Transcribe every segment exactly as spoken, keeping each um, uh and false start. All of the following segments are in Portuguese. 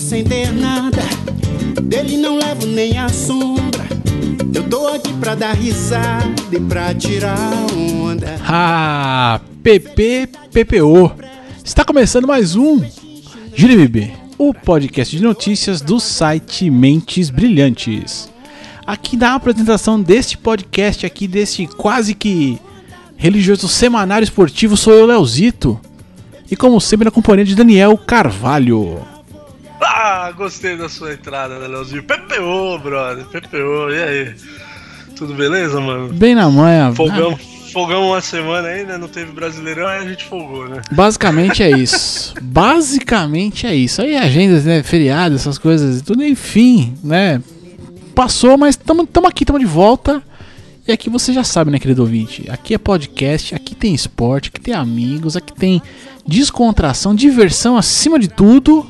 sem ter nada, dele não levo nem a sombra. Eu tô aqui pra dar risada e pra tirar onda. Ah, P P P P O. Está começando mais um Giro M B, o podcast de notícias do site Mentes Brilhantes. Aqui na apresentação deste podcast aqui, deste quase que religioso semanário esportivo, sou eu, Leozito. E como sempre na companhia de Daniel Carvalho. Ah, gostei da sua entrada, né, Leozinho? P P O, brother, P P O, e aí? Tudo beleza, mano? Bem na manhã. Folgamos, ah. folgamos uma semana aí, né? Não teve Brasileirão, aí a gente folgou, né? Basicamente é isso. Basicamente é isso. Aí agendas, né? Feriados, essas coisas, tudo, enfim, né? Passou, mas estamos aqui, estamos de volta. E aqui você já sabe, né, querido ouvinte? Aqui é podcast, aqui tem esporte, aqui tem amigos, aqui tem descontração, diversão acima de tudo.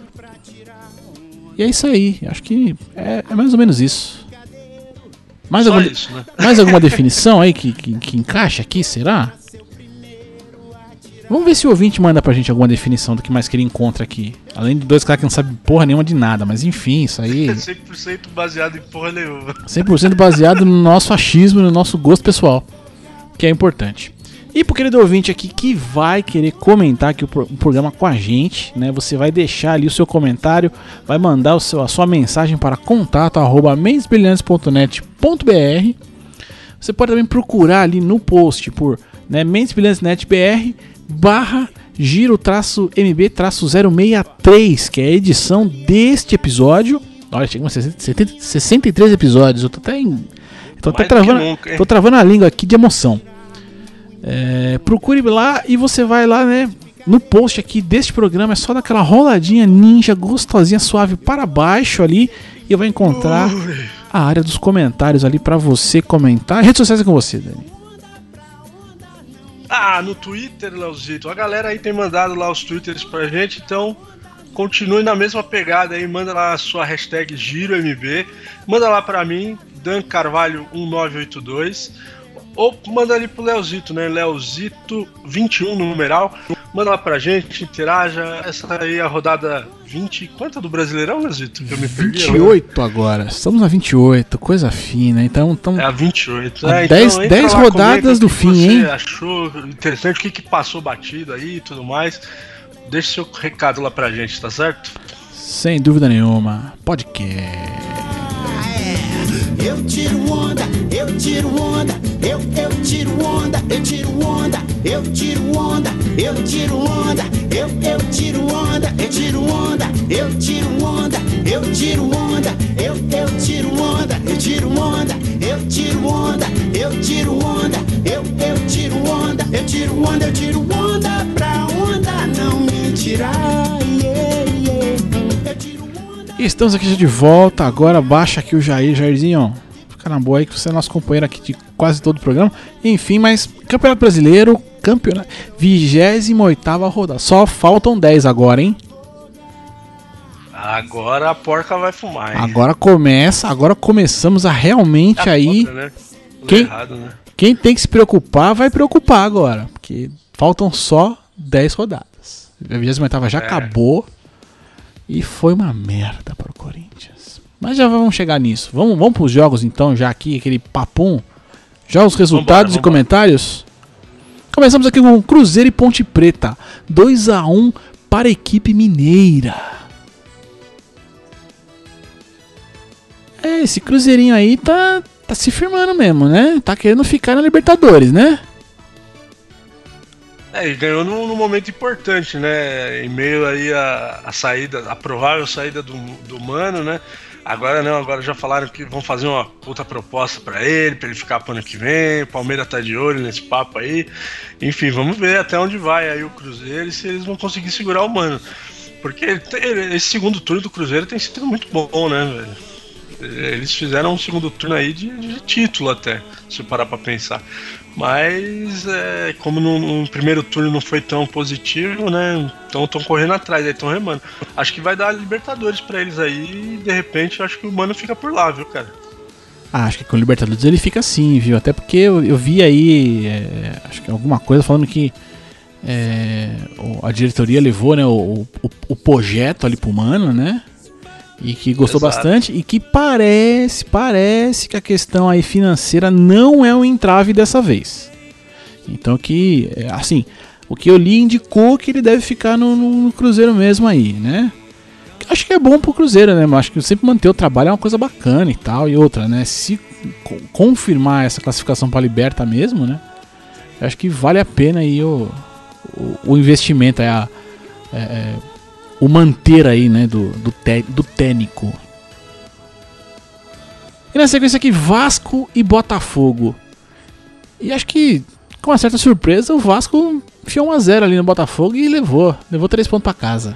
E é isso aí. Acho que é, é mais ou menos isso. Mais, Só alguma, isso, né? mais alguma definição aí que, que, que encaixa aqui, será? Vamos ver se o ouvinte manda pra gente alguma definição do que mais que ele encontra aqui. Além de dois caras que não sabem porra nenhuma de nada, mas enfim, isso aí... cem por cento baseado em porra nenhuma. cem por cento baseado no nosso achismo, no nosso gosto pessoal, que é importante. E pro querido ouvinte aqui que vai querer comentar aqui o, pro, o programa com a gente, né? Você vai deixar ali o seu comentário, vai mandar o seu, a sua mensagem para contato arroba mentes brilhantes ponto net ponto b r. Você pode também procurar ali no post por, né, Mentes Brilhantes Net B R barra giro traço M B traço zero seis três, que é a edição deste episódio. Olha, chegamos a sessenta e três episódios. Eu tô até, em, tô até travando, nunca, tô travando a língua aqui de emoção. É, procure lá e você vai lá, né, no post aqui deste programa. É só dar aquela roladinha ninja gostosinha, suave para baixo ali, e vai encontrar Ui. a área dos comentários ali para você comentar. Redes sociais é com você, Dani. Ah, no Twitter, Leozito, a galera aí tem mandado lá os twitters pra gente, então continue na mesma pegada aí, manda lá a sua hashtag GiroMB, manda lá pra mim, Dan Carvalho um nove oito dois, ou manda ali pro Leozito, né, Leozito vinte e um no numeral, manda lá pra gente, interaja. Essa aí é a rodada vinte, quanto do Brasileirão, Leozito? Que eu me perdi, vinte e oito agora, estamos na vinte e oito, coisa fina, então... Tamo... É a vinte e oito, é, é, dez, então, dez rodadas do fim, você hein? Você achou interessante, o que, que passou batido aí e tudo mais, deixa seu recado lá pra gente, tá certo? Sem dúvida nenhuma, podcast. Eu tiro onda, eu tiro onda, eu, eu tiro onda, eu tiro onda, eu tiro onda, eu tiro onda, eu, eu tiro onda, eu tiro onda, eu tiro onda, eu tiro onda, eu, eu tiro onda, eu tiro onda, eu tiro onda, eu tiro onda, eu, eu tiro onda, eu tiro onda, eu tiro onda pra onda não me tirar, yeah, yeah. Eu tiro onda. Estamos aqui de volta, agora baixa aqui o Jair, Jairzinho, fica na boa aí que você é nosso companheiro aqui de quase todo o programa. Enfim, mas Campeonato Brasileiro, campeonato, vigésima oitava rodada, só faltam dez agora, hein? Agora a porca vai fumar, hein? Agora começa, agora começamos a realmente a aí, porca, né? quem, errado, né? quem tem que se preocupar vai preocupar agora, porque faltam só dez rodadas, a vigésima oitava já é. acabou. E foi uma merda para o Corinthians. Mas já vamos chegar nisso. Vamos, vamos para os jogos então, já aqui, aquele papum. Já os resultados vambora, e comentários. Começamos aqui com Cruzeiro e Ponte Preta. dois a um para a equipe mineira. É, esse Cruzeirinho aí tá, tá se firmando mesmo, né? Tá querendo ficar na Libertadores, né? É, e ganhou num, num momento importante, né? Em meio aí a, a saída, a provável saída do, do Mano, né? Agora não, agora já falaram que vão fazer uma outra proposta pra ele, pra ele ficar pro ano que vem. O Palmeiras tá de olho nesse papo aí. Enfim, vamos ver até onde vai aí o Cruzeiro e se eles vão conseguir segurar o Mano. Porque ele, esse segundo turno do Cruzeiro tem sido muito bom, né, velho? Eles fizeram um segundo turno aí de, de título até, se eu parar pra pensar. Mas, é, como no, no primeiro turno não foi tão positivo, né? Então estão correndo atrás, aí estão remando. Acho que vai dar Libertadores pra eles aí e de repente acho que o Mano fica por lá, viu, cara? Ah, acho que com o Libertadores ele fica assim, viu? Até porque eu, eu vi aí, é, acho que alguma coisa falando que é, a diretoria levou, né, o, o, o projeto ali pro Mano, né? E que gostou Exato. bastante e que parece, parece que a questão aí financeira não é um entrave dessa vez. Então que, assim, o que eu li indicou que ele deve ficar no, no Cruzeiro mesmo aí, né? Acho que é bom pro Cruzeiro, né? Mas acho que sempre manter o trabalho é uma coisa bacana e tal. E outra, né? Se co- confirmar essa classificação pra Liberta mesmo, né? Acho que vale a pena aí o, o, o investimento, é a, é, é, o manter aí, né? Do, do, te, do técnico. E na sequência aqui, Vasco e Botafogo. E acho que, com uma certa surpresa, o Vasco enfiou um a zero ali no Botafogo e levou. Levou três pontos pra casa.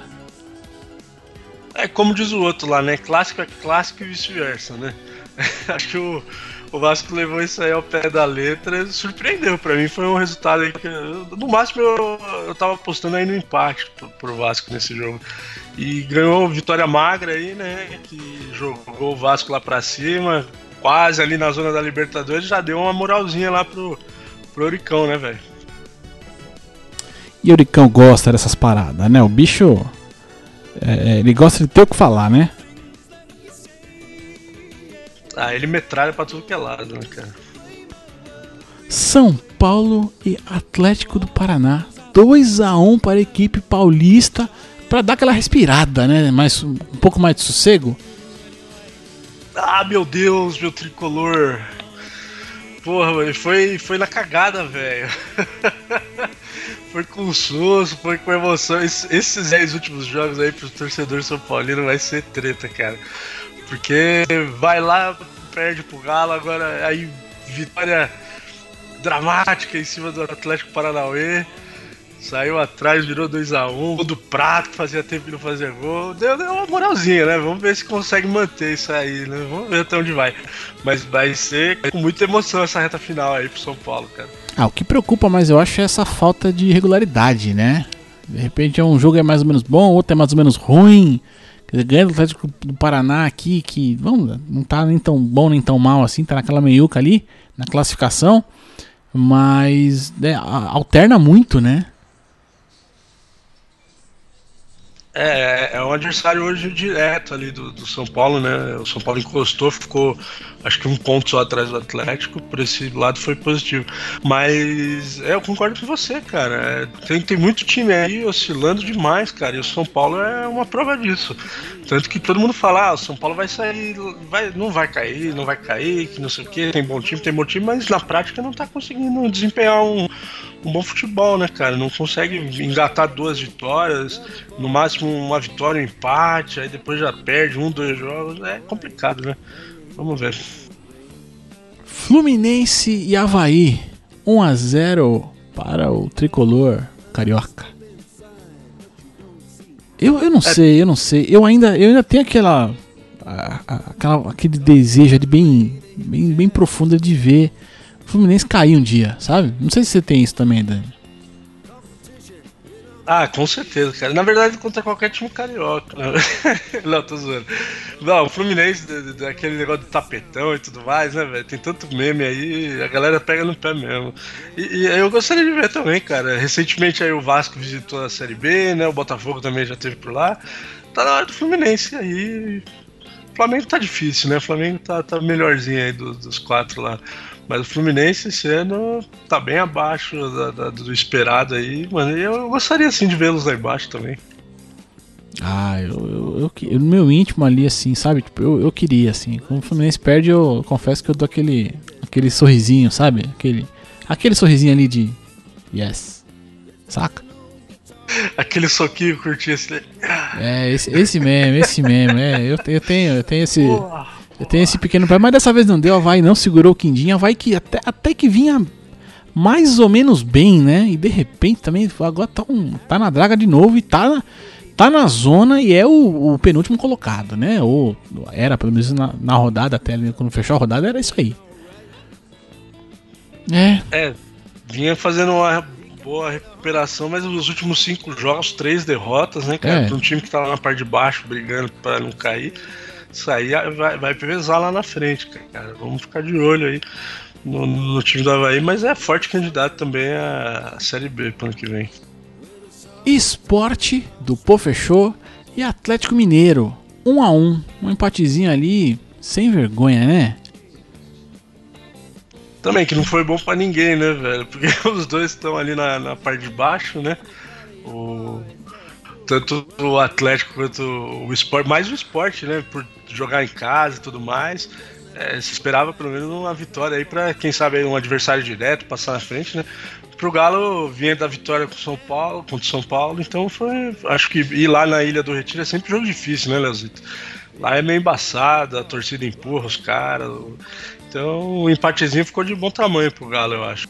É como diz o outro lá, né? Clássico é clássico e vice-versa, né? Acho que o, o Vasco levou isso aí ao pé da letra, surpreendeu. Pra mim foi um resultado aí que, eu, no máximo, eu, eu tava apostando aí no empate pro, pro Vasco nesse jogo. E ganhou vitória magra aí, né? Que jogou o Vasco lá pra cima, quase ali na zona da Libertadores, já deu uma moralzinha lá pro, pro Euricão, né, velho? E o Euricão gosta dessas paradas, né? O bicho... É, ele gosta de ter o que falar, né? Ah, ele metralha pra tudo que é lado, né, cara? São Paulo e Atlético do Paraná. dois a um para a equipe paulista. Pra dar aquela respirada, né? Mais, um pouco mais de sossego. Ah, meu Deus, meu tricolor. Porra, mano, foi, foi na cagada, velho. Foi com susto, foi com emoção. Es- Esses dez últimos jogos aí pro torcedor São Paulino vai ser treta, cara. Porque vai lá, perde pro Galo, agora aí vitória dramática em cima do Atlético Paranauê. Saiu atrás, virou dois a um. Gol do Prato, que fazia tempo que não fazia gol. Deu, deu uma moralzinha, né? Vamos ver se consegue manter isso aí, né? Vamos ver até onde vai. Mas vai ser com muita emoção essa reta final aí pro São Paulo, cara. Ah, o que preocupa mais, eu acho, é essa falta de regularidade, né? De repente é um jogo é mais ou menos bom, outro é mais ou menos ruim. Quer dizer, ganha do Atlético do Paraná aqui, que vamos, não tá nem tão bom nem tão mal assim, tá naquela meiuca ali, na classificação. Mas né, a- alterna muito, né? É, é um adversário hoje direto ali do, do São Paulo, né? O São Paulo encostou, ficou acho que um ponto só atrás do Atlético, por esse lado foi positivo. Mas é, eu concordo com você, cara. É, tem, tem muito time aí oscilando demais, cara, e o São Paulo é uma prova disso. Tanto que todo mundo fala, ah, o São Paulo vai sair, vai, não vai cair, não vai cair, que não sei o que, tem bom time, tem bom time, mas na prática não tá conseguindo desempenhar um. Um bom futebol, né, cara? Não consegue engatar duas vitórias, no máximo uma vitória, um empate, aí depois já perde um, dois jogos. É complicado, né? Vamos ver. Fluminense e Avaí. um a zero para o tricolor carioca. Eu, eu não É. sei, eu não sei. Eu ainda, eu ainda tenho aquela, a- a- aquela aquele desejo ali bem, bem, bem profundo de ver o Fluminense cair um dia, sabe? Não sei se você tem isso também, Dani. Ah, com certeza, cara. Na verdade, contra qualquer time carioca. Né? Não, tô zoando. Não, o Fluminense, da- da- daquele negócio do tapetão e tudo mais, né, velho? Tem tanto meme aí, a galera pega no pé mesmo. E, e eu gostaria de ver também, cara. Recentemente aí o Vasco visitou a Série B, né? O Botafogo também já esteve por lá. Tá na hora do Fluminense aí. O Flamengo tá difícil, né? O Flamengo tá, tá melhorzinho aí do- dos quatro lá. Mas o Fluminense esse ano tá bem abaixo da- da- do esperado aí, mano. E eu gostaria sim de vê-los lá embaixo também. Ah, eu, eu, eu, que- no meu íntimo ali, assim, sabe? Tipo, eu, eu queria, assim. Quando o Fluminense perde, eu confesso que eu dou aquele, aquele sorrisinho, sabe? Aquele, aquele sorrisinho ali de yes. Saca? Aquele soquinho curtinho assim. É, esse, esse mesmo, esse mesmo. É, eu, eu tenho, eu tenho esse. Porra. Eu tenho esse pequeno problema, mas dessa vez não deu, a Vai não segurou o Quindinha, vai que até, até que vinha mais ou menos bem, né? E de repente também agora tá, um, tá na draga de novo e tá na, tá na zona e é o, o penúltimo colocado, né? Ou era, pelo menos na, na rodada, até ali, quando fechou a rodada, era isso aí. É, É, vinha fazendo uma boa recuperação, mas nos últimos cinco jogos, três derrotas, né, cara? É. Pra um time que tava na parte de baixo, brigando pra não cair. Isso aí vai, vai pesar lá na frente, cara. Vamos ficar de olho aí no, no time do Avaí, mas é forte candidato também à Série B pro ano que vem. Esporte do Pô Fechou e Atlético Mineiro. um a um, um empatezinho ali, sem vergonha, né? Também, que não foi bom pra ninguém, né, velho? Porque os dois estão ali na, na parte de baixo, né? O, tanto o Atlético quanto o Sport, mais o Sport, né? Por jogar em casa e tudo mais. É, se esperava pelo menos uma vitória aí pra, quem sabe, aí um adversário direto passar na frente, né? Pro Galo vinha da vitória com São Paulo, contra o São Paulo, então foi. Acho que ir lá na Ilha do Retiro é sempre jogo difícil, né, Leozito? Lá é meio embaçado, a torcida empurra os caras. Então o empatezinho ficou de bom tamanho pro Galo, eu acho.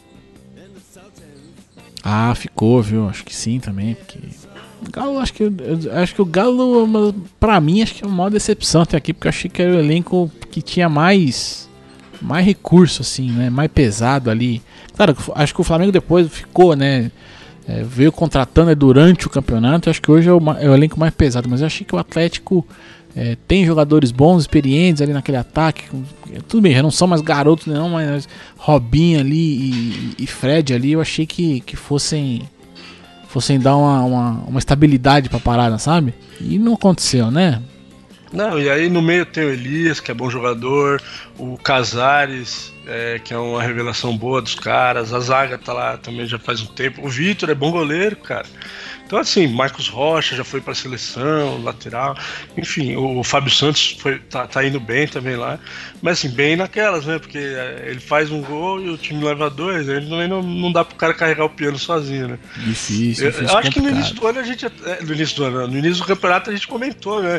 Ah, ficou, viu? Acho que sim também, porque o Galo, acho que eu, acho que o Galo, pra mim, acho que é uma maior decepção até aqui, porque eu achei que era o elenco que tinha mais mais recurso, assim, né? Mais pesado ali. Claro, acho que o Flamengo depois ficou, né? É, veio contratando durante o campeonato. Acho que hoje é o, é o elenco mais pesado, mas eu achei que o Atlético É, tem jogadores bons, experientes ali naquele ataque. Tudo bem, já não são mais garotos, não, mas Robinho ali e, e Fred ali, eu achei que, que fossem fossem dar uma, uma, uma estabilidade pra parada, sabe? E não aconteceu, né? Não, e aí no meio tem o Elias, que é bom jogador, o Casares, é, que é uma revelação boa dos caras, a zaga tá lá também já faz um tempo, o Vitor é bom goleiro, cara. Então, assim, Marcos Rocha já foi pra seleção, lateral, enfim, o Fábio Santos foi, tá, tá indo bem também lá, mas assim, bem naquelas, né, porque ele faz um gol e o time leva dois, aí também não, não dá pro cara carregar o piano sozinho, né. Difícil, eu, difícil, eu acho complicado. que no início do ano a gente, no início do ano, no início do campeonato a gente comentou, né,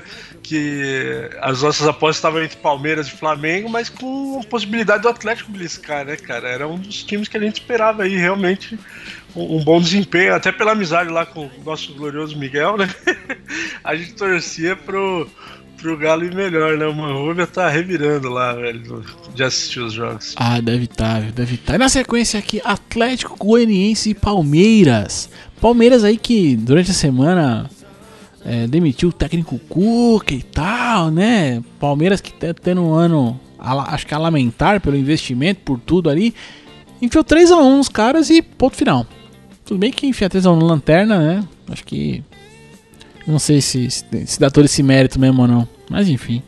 que as nossas apostas estavam entre Palmeiras e Flamengo, mas com a possibilidade do Atlético beliscar, né, cara, era um dos times que a gente esperava aí, realmente, um bom desempenho, até pela amizade lá com o nosso glorioso Miguel, né? A gente torcia pro, pro Galo ir melhor, né? O Manrubia tá revirando lá, velho, de assistir os jogos. Ah, deve estar, tá, deve estar. Tá. E na sequência aqui, Atlético Goianiense e Palmeiras. Palmeiras aí que durante a semana é, demitiu o técnico Cuca e tal, né? Palmeiras que tá tendo um ano, acho que a lamentar pelo investimento, por tudo ali. Enfiou três a um os caras e ponto final. Tudo bem que enfia três a um na lanterna, né? Acho que... Não sei se, se, se dá todo esse mérito mesmo ou não. Mas enfim.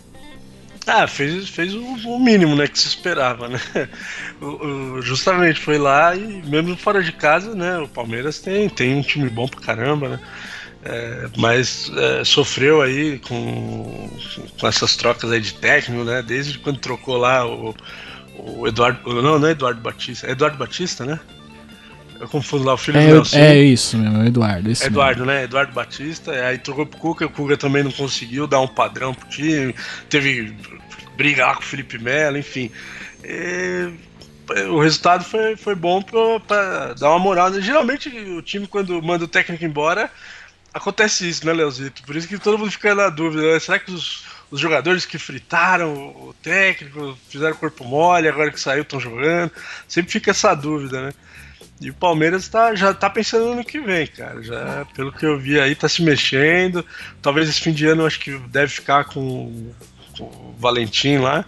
Ah, fez, fez o, o mínimo, né? Que se esperava, né? O, o, justamente foi lá e mesmo fora de casa, né? O Palmeiras tem, tem um time bom pra caramba, né? É, mas é, sofreu aí com, com essas trocas aí de técnico, né? Desde quando trocou lá o, o Eduardo... Não, não é Eduardo Batista. É Eduardo Batista, né? Eu confundo lá o filho é, do Nelson. É isso mesmo, é Eduardo. Esse Eduardo, mesmo. né? Eduardo Batista. Aí trocou pro Cuca, o Cuca também não conseguiu dar um padrão pro time. Teve briga lá com o Felipe Melo, enfim. E o resultado foi, foi bom pra, pra dar uma moral. Geralmente o time, quando manda o técnico embora, acontece isso, né, Leozito? Por isso que todo mundo fica na dúvida, né? Será que os, os jogadores que fritaram o técnico, fizeram corpo mole, agora que saiu estão jogando? Sempre fica essa dúvida, né? E o Palmeiras tá, já tá pensando no que vem, cara. Já, pelo que eu vi aí, tá se mexendo. Talvez esse fim de ano, acho que deve ficar com, com o Valentim lá.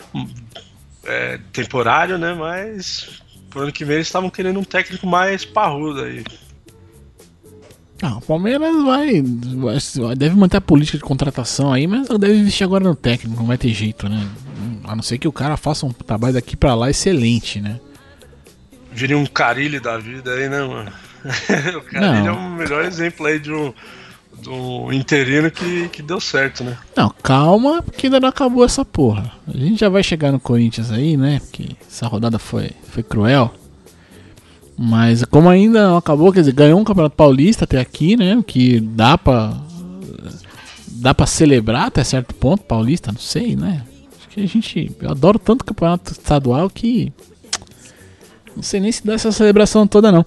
É, temporário, né? Mas pro ano que vem eles estavam querendo um técnico mais parrudo aí. Ah, o Palmeiras vai, vai... Deve manter a política de contratação aí, mas deve investir agora no técnico. Não vai ter jeito, né? A não ser que o cara faça um trabalho daqui pra lá excelente, né? Viria um Carille da vida aí, né, mano? O Carille é o melhor exemplo aí de um, de um interino que, que deu certo, né? Não, calma, porque ainda não acabou essa porra. A gente já vai chegar no Corinthians aí, né? Porque essa rodada foi, foi cruel. Mas como ainda não acabou, quer dizer, ganhou um Campeonato Paulista até aqui, né? Que dá pra, dá pra celebrar até certo ponto, Paulista, não sei, né? Acho que a gente... Eu adoro tanto Campeonato Estadual que... Não sei nem se dá essa celebração toda, não.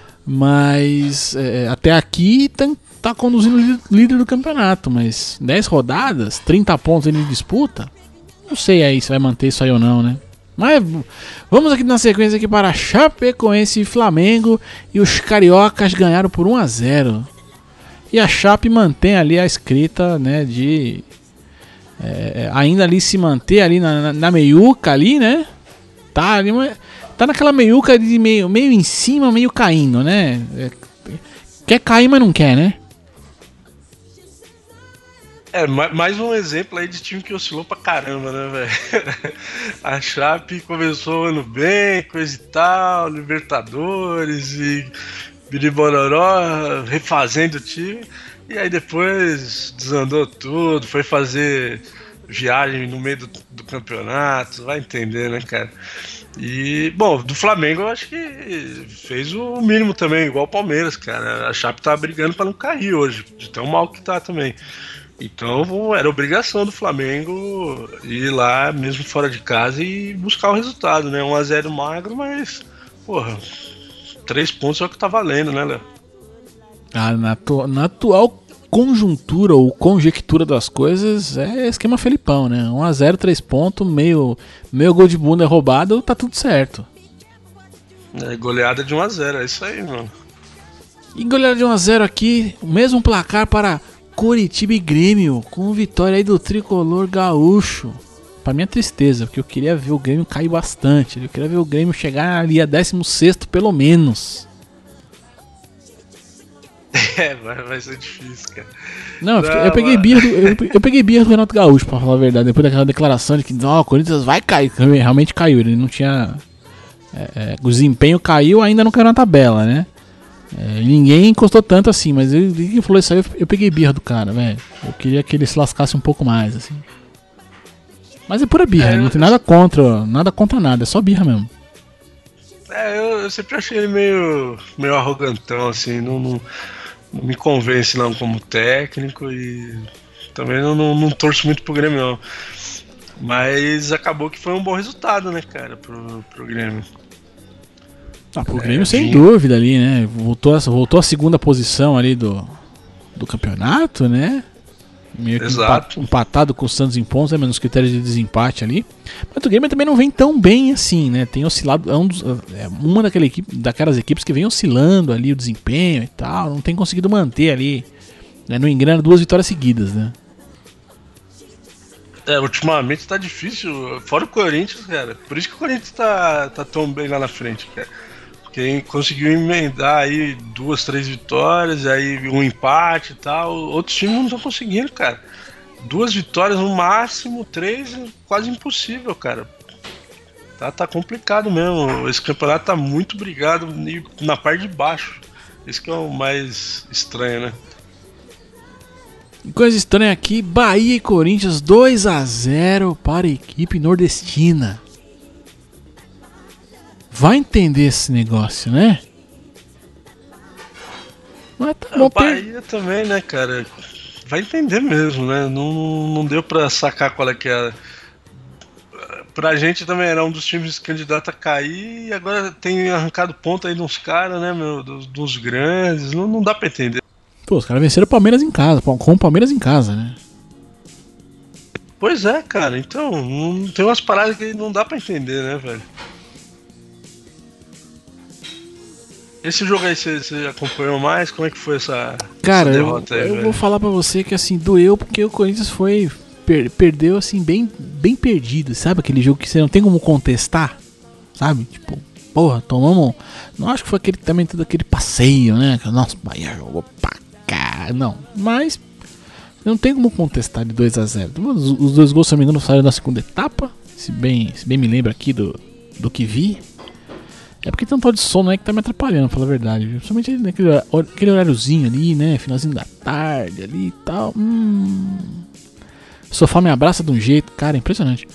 Mas é, até aqui tá, tá conduzindo o líder do campeonato. Mas dez rodadas, trinta pontos ele disputa. Não sei aí se vai manter isso aí ou não, né? Mas vamos aqui na sequência aqui para Chapecoense e Flamengo. E os cariocas ganharam por um a zero. E a Chape mantém ali a escrita, né, de... É, ainda ali se manter ali na, na, na meiuca ali, né? Tá ali, mas... Tá naquela meiuca de meio, meio em cima, meio caindo, né? É, quer cair, mas não quer, né? É, mais um exemplo aí de time que oscilou pra caramba, né, velho? A Chape começou o ano bem, coisa e tal, Libertadores e biribororó, refazendo o time, e aí depois desandou tudo, foi fazer viagem no meio do, do campeonato, vai entender, né, cara? E, bom, do Flamengo eu acho que fez o mínimo também, igual o Palmeiras, cara. A Chape tá brigando pra não cair hoje, de tão mal que tá também. Então era obrigação do Flamengo ir lá, mesmo fora de casa, e buscar o resultado, né? um a zero magro, mas, porra, três pontos é o que tá valendo, né, Léo? Ah, na, atu- na atual conjuntura ou conjectura das coisas, é esquema Felipão, né? um a zero, três pontos, meio, meio gol de bunda roubado, tá tudo certo. É goleada de um a zero, é isso aí, mano. E goleada de um a zero aqui, o mesmo placar para Coritiba e Grêmio, com vitória aí do tricolor gaúcho. Pra minha tristeza, porque eu queria ver o Grêmio cair bastante. Eu queria ver o Grêmio chegar ali a décimo sexto pelo menos. É, vai, vai ser difícil, cara. Não, eu, fiquei, eu peguei birra do, eu, eu peguei birra do Renato Gaúcho, pra falar a verdade. Depois daquela declaração de que oh, o Corinthians vai cair. Realmente caiu, ele não tinha... É, é, o desempenho caiu, ainda não caiu na tabela, né? É, ninguém encostou tanto assim, mas ele que falou isso aí, eu, eu peguei birra do cara, velho. Eu queria que ele se lascasse um pouco mais, assim. Mas é pura birra, é, não tem nada contra, nada contra nada, é só birra mesmo. É, eu, eu sempre achei ele meio, meio arrogantão, assim, não, não, não me convence não como técnico e também não, não, não torço muito pro Grêmio não. Mas acabou que foi um bom resultado, né, cara, pro, pro Grêmio. Ah, pro Grêmio, é, sem vinha. dúvida ali, né? Voltou a, voltou a segunda posição ali do, do campeonato, né? Meio que Exato. empatado com o Santos em pontos, né? Mas nos critérios de desempate ali. Mas o Grêmio também não vem tão bem assim, né? Tem oscilado. É, um dos, é uma daquela equipe, daquelas equipes que vem oscilando ali o desempenho e tal. Não tem conseguido manter ali. Né? Não engrana duas vitórias seguidas, né? É, ultimamente tá difícil. Fora o Corinthians, cara. Por isso que o Corinthians tá, tá tão bem lá na frente, cara. Quem conseguiu emendar aí duas, três vitórias, aí um empate e tal. Outros times não estão conseguindo, cara. Duas vitórias no máximo, três, quase impossível, cara. Tá, tá complicado mesmo. Esse campeonato tá muito brigado na parte de baixo. Isso que é o mais estranho, né? Coisa estranha aqui, Bahia e Corinthians dois a zero para a equipe nordestina. Vai entender esse negócio, né? Mas tá bom, o Bahia per... também, né, cara? Vai entender mesmo, né? Não, não deu pra sacar qual é que é. Pra gente também era um dos times candidatos a cair e agora tem arrancado ponto aí nos caras, né, meu? Dos, dos grandes. Não, não dá pra entender. Pô, os caras venceram o Palmeiras em casa, com o Palmeiras em casa, né? Pois é, cara. Então, não, tem umas paradas que não dá pra entender, né, velho? Esse jogo aí você, você acompanhou mais? Como é que foi essa, Cara, essa derrota eu, aí, eu velho? vou falar pra você que assim, doeu porque o Corinthians foi. Per, perdeu assim, bem, bem perdido, sabe? Aquele jogo que você não tem como contestar, sabe? Tipo, porra, tomamos. Não acho que foi aquele, também todo aquele passeio, né? Nossa, o Bahia jogou pra cá. Não, mas não tem como contestar de dois a zero. Os, os dois gols, se não me engano, saíram na segunda etapa. Se bem, se bem me lembro aqui do, do que vi. É porque tem um tal de sono aí que tá me atrapalhando, pra falar a verdade. Principalmente naquele aquele horáriozinho ali, né? Finalzinho da tarde ali e tal. Hum. O sofá me abraça de um jeito, cara, impressionante.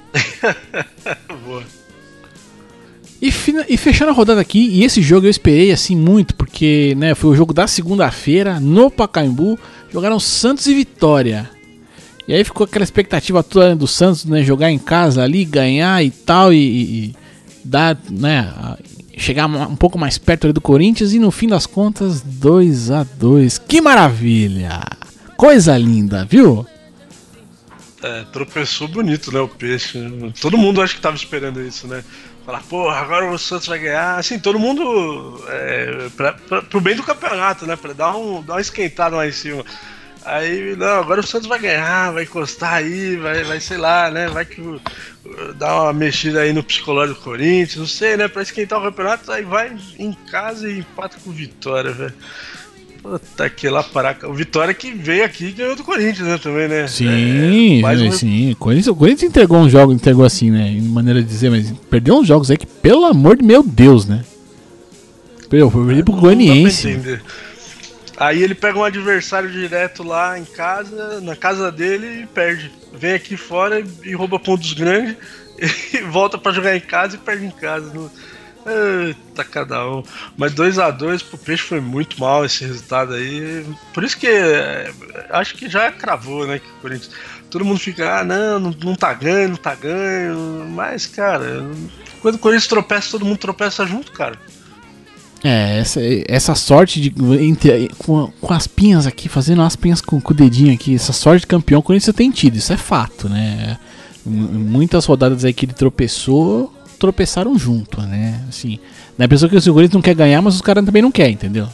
Boa. E, e fechando a rodada aqui, e esse jogo eu esperei assim muito, porque né, foi o jogo da segunda-feira no Pacaembu. Jogaram Santos e Vitória. E aí ficou aquela expectativa toda do Santos, né? Jogar em casa ali, ganhar e tal, e. e dar, né, chegar um pouco mais perto ali do Corinthians e no fim das contas dois a dois. Que maravilha! Coisa linda, viu? É, tropeçou bonito, né, o Peixe. Todo mundo acho que tava esperando isso, né? Falar, porra, agora o Santos vai ganhar. Assim, todo mundo é, pra, pra, pro bem do campeonato, né? Pra dar, um, dar uma esquentada lá em cima. Aí, não, agora o Santos vai ganhar, vai encostar aí, vai, vai sei lá, né? Vai que dar uma mexida aí no psicológico do Corinthians, não sei, né? Pra esquentar o campeonato, aí vai em casa e empata com Vitória, velho. Puta que lá paraca. O Vitória que veio aqui e ganhou do Corinthians, né, também, né? Sim, é, mais um... sim. O Corinthians, o Corinthians entregou um jogo, entregou assim, né? Em maneira de dizer, mas perdeu uns jogos aí que, pelo amor de meu Deus, né? Perdeu, foi perder pro Goianiense. Aí ele pega um adversário direto lá em casa, na casa dele e perde. Vem aqui fora e rouba pontos grandes e volta pra jogar em casa e perde em casa. No... Eita, cada um. Mas dois a dois pro Peixe foi muito mal esse resultado aí. Por isso que é, acho que já cravou, né? Que o Corinthians. Todo mundo fica, ah, não, não, não tá ganho, não tá ganho. Mas, cara, quando o Corinthians tropeça, todo mundo tropeça junto, cara. É, essa, essa sorte de. Entre, com, com as pinhas aqui, fazendo as pinhas com, com o dedinho aqui, essa sorte de campeão o Corinthians tem tido, isso é fato, né? Muitas rodadas aí que ele tropeçou. Tropeçaram junto, né? Assim, na pessoa que o Corinthians não quer ganhar, mas os caras também não querem, entendeu?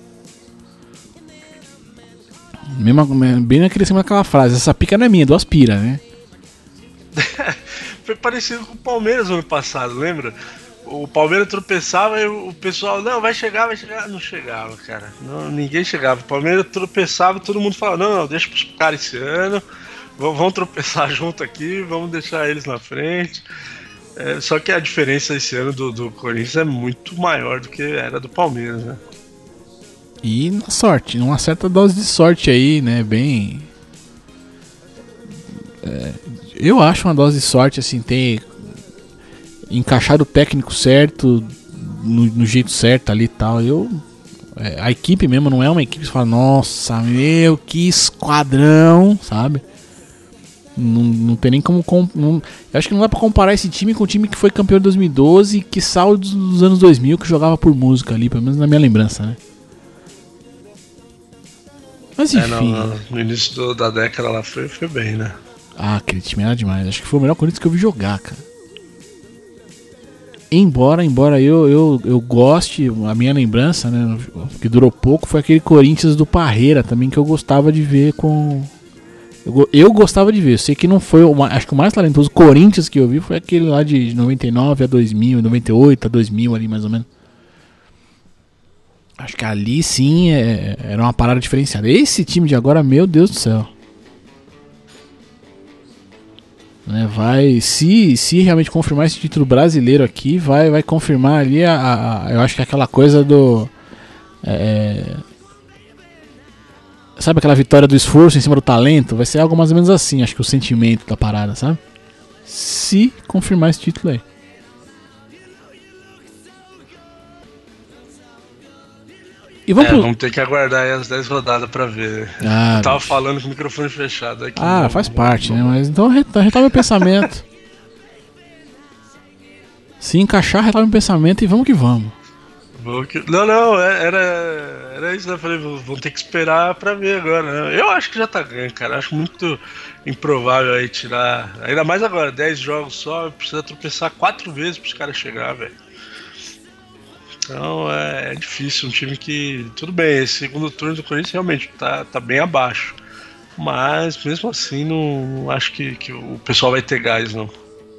Mesmo, bem naquele cima daquela frase, essa pica não é minha, é do Aspira, né? Foi parecido com o Palmeiras no ano passado, lembra? O Palmeiras tropeçava e o pessoal, não, vai chegar, vai chegar. Não chegava, cara. Não, ninguém chegava. O Palmeiras tropeçava e todo mundo falava, não, não, deixa pros caras esse ano. Vamos tropeçar junto aqui, vamos deixar eles na frente. É, só que a diferença esse ano do, do Corinthians é muito maior do que era do Palmeiras, né? E na sorte, uma certa dose de sorte aí, né? Bem. É, eu acho uma dose de sorte, assim, ter encaixado o técnico certo, no, no jeito certo ali e tal. Eu, é, a equipe mesmo não é uma equipe que você fala, nossa, meu, que esquadrão, sabe? Não, não tem nem como. Não, eu acho que não dá pra comparar esse time com o time que foi campeão de dois mil e doze, que saiu dos, dos anos dois mil, que jogava por música ali, pelo menos na minha lembrança, né? Mas enfim. É, não, no início do, da década lá foi, foi bem, né? Ah, aquele time era demais. Acho que foi o melhor Corinthians que eu vi jogar, cara. Embora, embora eu, eu, eu goste, a minha lembrança, né, que durou pouco, foi aquele Corinthians do Parreira também, que eu gostava de ver com. Eu, eu gostava de ver, eu sei que não foi, o, acho que o mais talentoso Corinthians que eu vi foi aquele lá de noventa e nove a dois mil, noventa e oito a dois mil ali mais ou menos. Acho que ali sim é, era uma parada diferenciada. Esse time de agora, meu Deus do céu. Né, vai, se, se realmente confirmar esse título brasileiro aqui, vai, vai confirmar ali a, a, a eu acho que aquela coisa do... É, sabe aquela vitória do esforço em cima do talento? Vai ser algo mais ou menos assim, acho que o sentimento da parada, sabe? Se confirmar esse título aí. E vamos, é, pro... vamos ter que aguardar aí as dez rodadas pra ver. Ah, eu tava bicho. falando com o microfone fechado aqui. Ah, não, faz não, parte, não, né? Mas então retoma meu pensamento. Se encaixar, retoma meu pensamento e vamos que vamos. Não, não, era, era isso, né? Eu falei, vamos ter que esperar pra ver agora, né? Eu acho que já tá ganho, cara. Acho muito improvável aí tirar. Ainda mais agora, dez jogos só, precisa tropeçar quatro vezes pros caras chegar, velho. Então é difícil, um time que. Tudo bem, esse segundo turno do Corinthians realmente tá, tá bem abaixo. Mas mesmo assim não acho que, que o pessoal vai ter gás, não.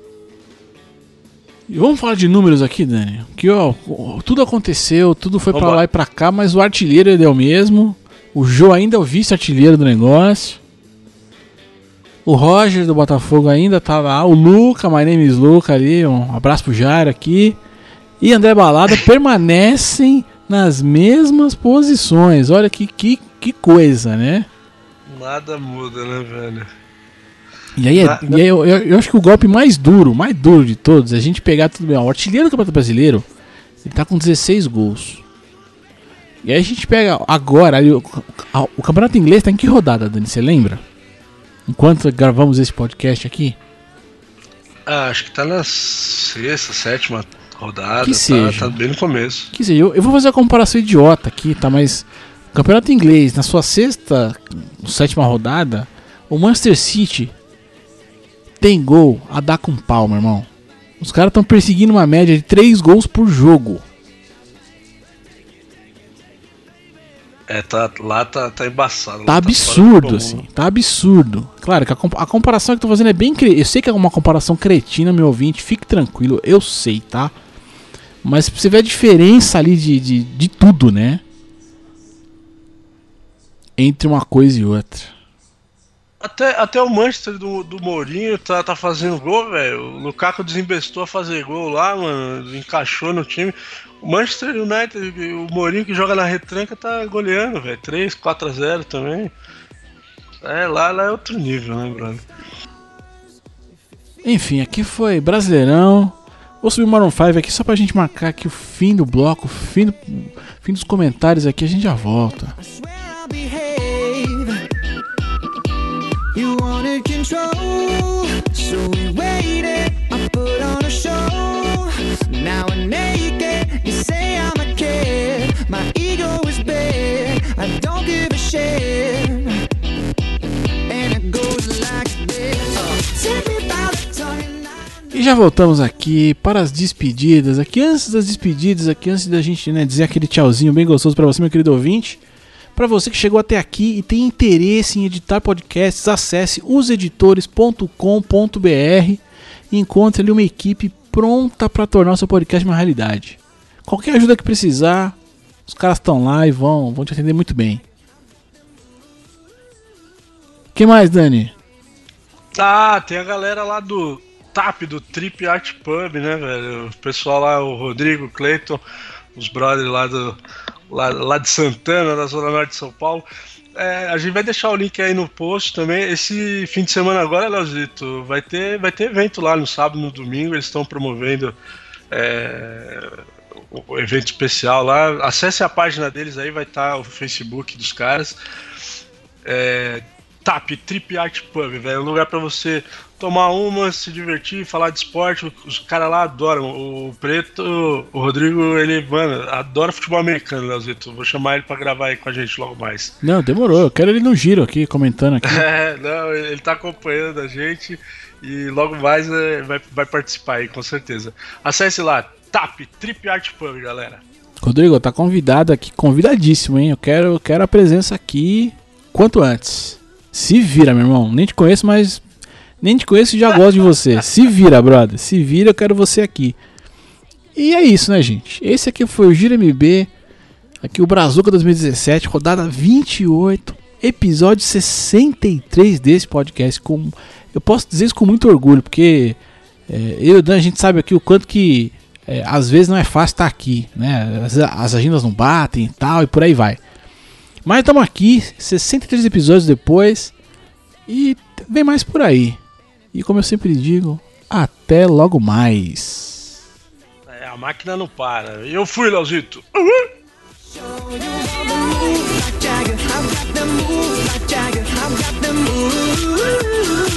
E vamos falar de números aqui, Dani. Que ó, tudo aconteceu, tudo foi vamos pra lá. lá e pra cá, mas o artilheiro ele é o mesmo. O Jô ainda é o vice-artilheiro do negócio. O Roger do Botafogo ainda tá lá. O Luca, my name is Luca ali. Um abraço pro Jairo aqui. E André Balada permanecem nas mesmas posições. Olha que, que, que coisa, né? Nada muda, né, velho? E aí, é, Na, e aí eu, eu, eu acho que o golpe mais duro, mais duro de todos, é a gente pegar tudo bem. Ó, o artilheiro do Campeonato Brasileiro, ele tá com dezesseis gols. E aí a gente pega agora, ali, o, o Campeonato Inglês tá em que rodada, Dani? Você lembra? Enquanto gravamos esse podcast aqui? Ah, acho que tá na sexta, sétima rodada, que tá, seja. tá bem no começo. Que seja, eu, eu vou fazer a comparação idiota aqui, tá? Mas o Campeonato Inglês, na sua sexta, sétima rodada, o Manchester City tem gol a dar com pau, meu irmão. Os caras estão perseguindo uma média de três gols por jogo. É, tá, lá tá, tá embaçado. Tá absurdo, tá assim. Tá absurdo. Claro que a, a comparação que eu tô fazendo é bem... Cre... Eu sei que é uma comparação cretina, meu ouvinte. Fique tranquilo, eu sei, tá? Mas você vê a diferença ali de, de, de tudo, né? entre uma coisa e outra. Até, até o Manchester do, do Mourinho tá, tá fazendo gol, velho. O Lukaku desembestou a fazer gol lá, mano. Encaixou no time. O Manchester United, o Mourinho que joga na retranca, tá goleando, velho. três, quatro a zero também. É, lá, lá é outro nível, né, brother? Enfim, aqui foi Brasileirão. Vou subir o Maroon cinco aqui só pra gente marcar aqui o fim do bloco, o fim, do, fim dos comentários aqui. A gente já volta. You wanted control, so we waited, I put on a show. Now I'm naked, you say I'm a kid. My ego is big, I don't give a shit. And it goes like this. Tell me about the time. E já voltamos aqui para as despedidas. Aqui antes das despedidas, aqui antes da gente, né, dizer aquele tchauzinho bem gostoso para você, meu querido ouvinte. Para você que chegou até aqui e tem interesse em editar podcasts, acesse os editores ponto com ponto b r e encontre ali uma equipe pronta para tornar o seu podcast uma realidade. Qualquer ajuda que precisar, os caras estão lá e vão, vão te atender muito bem. O que mais, Dani? Ah, tem a galera lá do T A P, do Trip Art Pub, né, velho? O pessoal lá, o Rodrigo, o Cleiton, os brothers lá do... Lá, lá de Santana, na Zona Norte de São Paulo. É, a gente vai deixar o link aí no post também. Esse fim de semana agora, Leozito, vai ter, vai ter evento lá no sábado e no domingo. Eles estão promovendo é, o evento especial lá. Acesse a página deles aí, vai estar o Facebook dos caras. É, T A P, Trip Art Pub, velho. É um lugar pra você tomar uma, se divertir, falar de esporte. Os caras lá adoram. O Preto, o Rodrigo, ele, mano, adora futebol americano, Leozito. Vou chamar ele pra gravar aí com a gente logo mais. Não, demorou. Eu quero ele no giro aqui, comentando aqui. É, não, ele tá acompanhando a gente e logo mais é, vai, vai participar aí, com certeza. Acesse lá, T A P, Trip Art Pub, galera. Rodrigo, tá convidado aqui, convidadíssimo, hein? Eu quero, eu quero a presença aqui quanto antes. Se vira, meu irmão. Nem te conheço, mas... Nem te conheço e já gosto de você. Se vira, brother. Se vira, eu quero você aqui. E é isso, né, gente? Esse aqui foi o Giro M B. Aqui o Brazuca dois mil e dezessete, rodada vinte e oito. Episódio sessenta e três desse podcast. Com, eu posso dizer isso com muito orgulho, porque é, eu e o Dan, a gente sabe aqui o quanto que é, às vezes não é fácil estar aqui, né? As, as agendas não batem e tal, e por aí vai. Mas estamos aqui, sessenta e três episódios depois, e vem mais por aí. E como eu sempre digo, até logo mais. É, a máquina não para. Eu fui, Leozito. Uhum. I've got the move like Jagger, I've got the move.